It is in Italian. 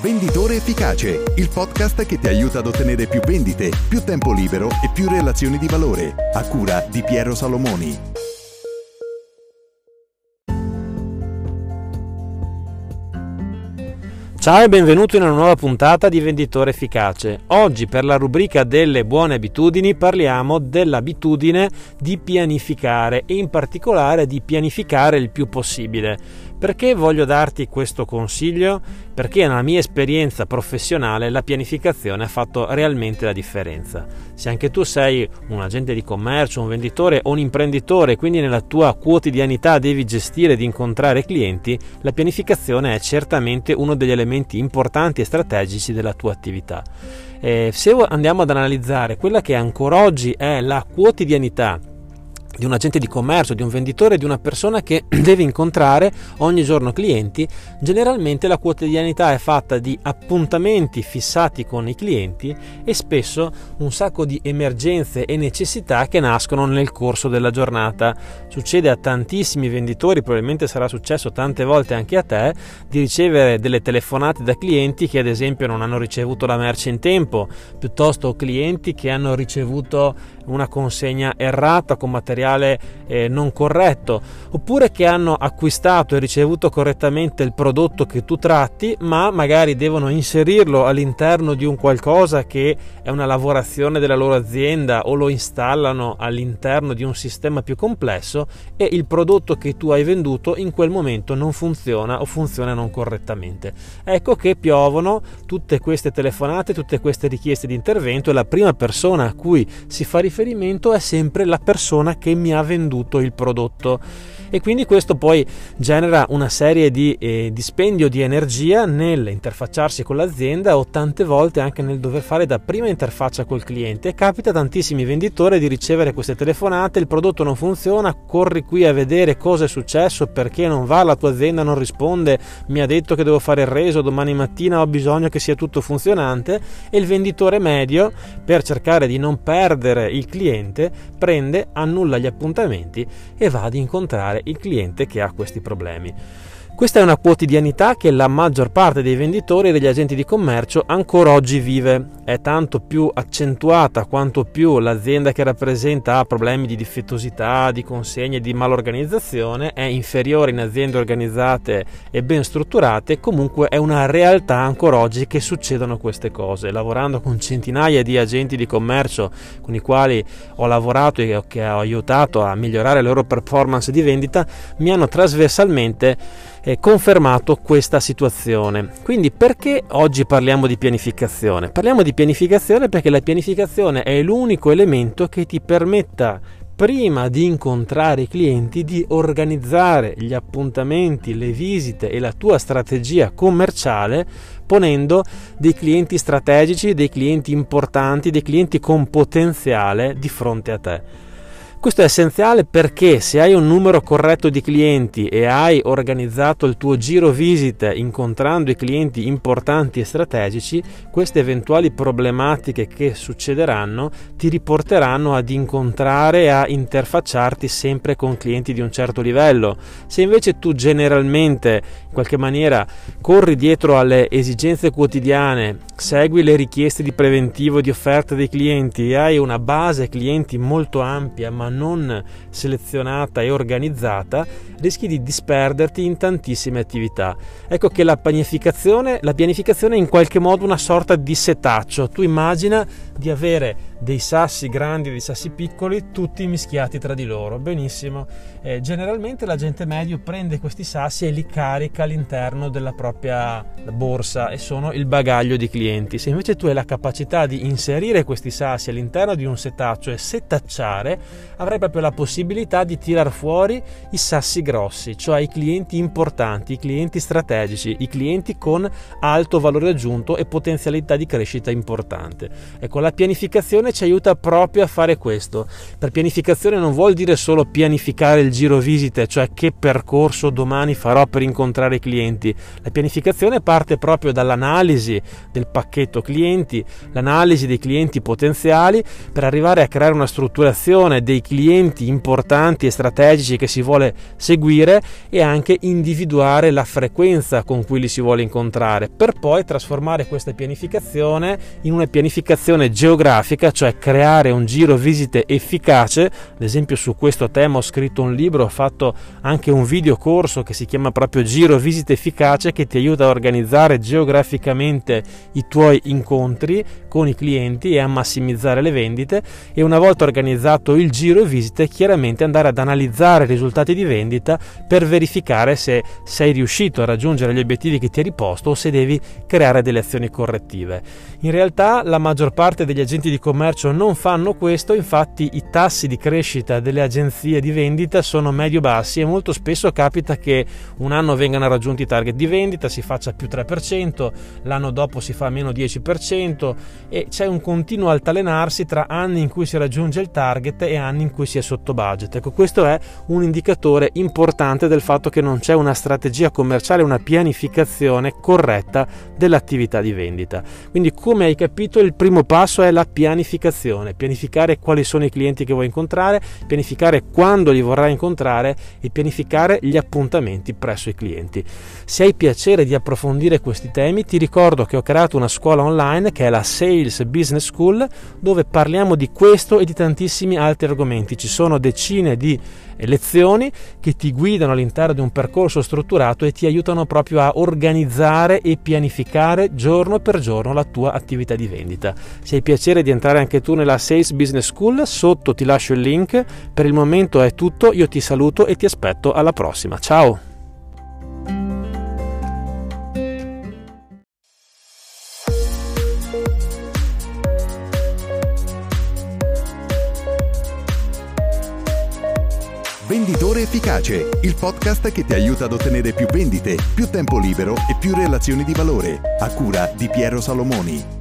Venditore Efficace, il podcast che ti aiuta ad ottenere più vendite, più tempo libero e più relazioni di valore, a cura di Piero Salomoni. Ciao e benvenuto in una nuova puntata di Venditore Efficace. Oggi per la rubrica delle buone abitudini parliamo dell'abitudine di pianificare e in particolare di pianificare il più possibile. Perché voglio darti questo consiglio? Perché nella mia esperienza professionale la pianificazione ha fatto realmente la differenza. Se anche tu sei un agente di commercio, un venditore o un imprenditore, quindi nella tua quotidianità devi gestire ed incontrare clienti, la pianificazione è certamente uno degli elementi importanti e strategici della tua attività. Se andiamo ad analizzare quella che ancora oggi è la quotidianità di un agente di commercio, di un venditore, di una persona che deve incontrare ogni giorno clienti, generalmente la quotidianità è fatta di appuntamenti fissati con i clienti e spesso un sacco di emergenze e necessità che nascono nel corso della giornata. Succede a tantissimi venditori, probabilmente sarà successo tante volte anche a te, di ricevere delle telefonate da clienti che ad esempio non hanno ricevuto la merce in tempo, piuttosto clienti che hanno ricevuto una consegna errata con materiale non corretto, oppure che hanno acquistato e ricevuto correttamente il prodotto che tu tratti, ma magari devono inserirlo all'interno di un qualcosa che è una lavorazione della loro azienda o lo installano all'interno di un sistema più complesso e il prodotto che tu hai venduto in quel momento non funziona o funziona non correttamente. Ecco che piovono tutte queste telefonate, tutte queste richieste di intervento e la prima persona a cui si fa riferimento è sempre la persona che mi ha venduto il prodotto, e quindi questo poi genera una serie di dispendio di energia nell'interfacciarsi con l'azienda o tante volte anche nel dover fare da prima interfaccia col cliente. Capita a tantissimi venditori di ricevere queste telefonate: il prodotto non funziona, corri qui a vedere cosa è successo, perché non va, la tua azienda non risponde, mi ha detto che devo fare il reso, domani mattina ho bisogno che sia tutto funzionante, e il venditore medio, per cercare di non perdere il cliente, annulla gli appuntamenti e va ad incontrare il cliente che ha questi problemi. Questa è una quotidianità che la maggior parte dei venditori e degli agenti di commercio ancora oggi vive. È tanto più accentuata quanto più l'azienda che rappresenta ha problemi di difettosità, di consegne, di malorganizzazione, è inferiore in aziende organizzate e ben strutturate. Comunque è una realtà ancora oggi che succedono queste cose. Lavorando con centinaia di agenti di commercio con i quali ho lavorato e che ho aiutato a migliorare le loro performance di vendita, mi hanno trasversalmente confermato questa situazione. Quindi perché oggi parliamo di pianificazione? Parliamo di pianificazione perché la pianificazione è l'unico elemento che ti permetta, prima di incontrare i clienti, di organizzare gli appuntamenti, le visite e la tua strategia commerciale, ponendo dei clienti strategici, dei clienti importanti, dei clienti con potenziale di fronte a te. Questo è essenziale perché se hai un numero corretto di clienti e hai organizzato il tuo giro visite incontrando i clienti importanti e strategici, queste eventuali problematiche che succederanno ti riporteranno ad incontrare e a interfacciarti sempre con clienti di un certo livello. Se invece tu generalmente in qualche maniera corri dietro alle esigenze quotidiane, segui le richieste di preventivo di offerta dei clienti e hai una base clienti molto ampia ma non selezionata e organizzata, rischi di disperderti in tantissime attività. Ecco che la pianificazione è in qualche modo una sorta di setaccio. Tu immagina di avere dei sassi grandi e dei sassi piccoli tutti mischiati tra di loro. Benissimo. Generalmente l'agente medio prende questi sassi e li carica all'interno della propria borsa e sono il bagaglio di clienti. Se invece tu hai la capacità di inserire questi sassi all'interno di un setaccio e setacciare, avrai proprio la possibilità di tirar fuori i sassi grossi, cioè i clienti importanti, i clienti strategici, i clienti con alto valore aggiunto e potenzialità di crescita importante. Ecco, la pianificazione pianificazione ci aiuta proprio a fare questo. Per pianificazione non vuol dire solo pianificare il giro visite, cioè che percorso domani farò per incontrare i clienti. La pianificazione parte proprio dall'analisi del pacchetto clienti, l'analisi dei clienti potenziali, per arrivare a creare una strutturazione dei clienti importanti e strategici che si vuole seguire e anche individuare la frequenza con cui li si vuole incontrare, per poi trasformare questa pianificazione in una pianificazione geografica, cioè creare un giro visite efficace. Ad esempio, su questo tema ho scritto un libro, ho fatto anche un video corso che si chiama proprio Giro visite efficace, che ti aiuta a organizzare geograficamente i tuoi incontri con i clienti e a massimizzare le vendite. E una volta organizzato il giro visite, chiaramente andare ad analizzare i risultati di vendita per verificare se sei riuscito a raggiungere gli obiettivi che ti eri posto o se devi creare delle azioni correttive. In realtà la maggior parte degli agenti di commercio non fanno questo, infatti i tassi di crescita delle agenzie di vendita sono medio-bassi e molto spesso capita che un anno vengano raggiunti i target di vendita, si faccia più 3%, l'anno dopo si fa meno 10% e c'è un continuo altalenarsi tra anni in cui si raggiunge il target e anni in cui si è sotto budget. Ecco, questo è un indicatore importante del fatto che non c'è una strategia commerciale, una pianificazione corretta dell'attività di vendita. Quindi, come hai capito, il primo passo è la pianificazione, pianificare quali sono i clienti che vuoi incontrare, pianificare quando li vorrai incontrare e pianificare gli appuntamenti presso i clienti. Se hai piacere di approfondire questi temi, ti ricordo che ho creato una scuola online che è la Sales Business School, dove parliamo di questo e di tantissimi altri argomenti. Ci sono decine di lezioni che ti guidano all'interno di un percorso strutturato e ti aiutano proprio a organizzare e pianificare giorno per giorno la tua attività di vendita. Se hai piacere di entrare anche tu nella Sales Business School, sotto ti lascio il link. Per il momento è tutto, io ti saluto e ti aspetto alla prossima. Ciao! Venditore Efficace, il podcast che ti aiuta ad ottenere più vendite, più tempo libero e più relazioni di valore, a cura di Piero Salomoni.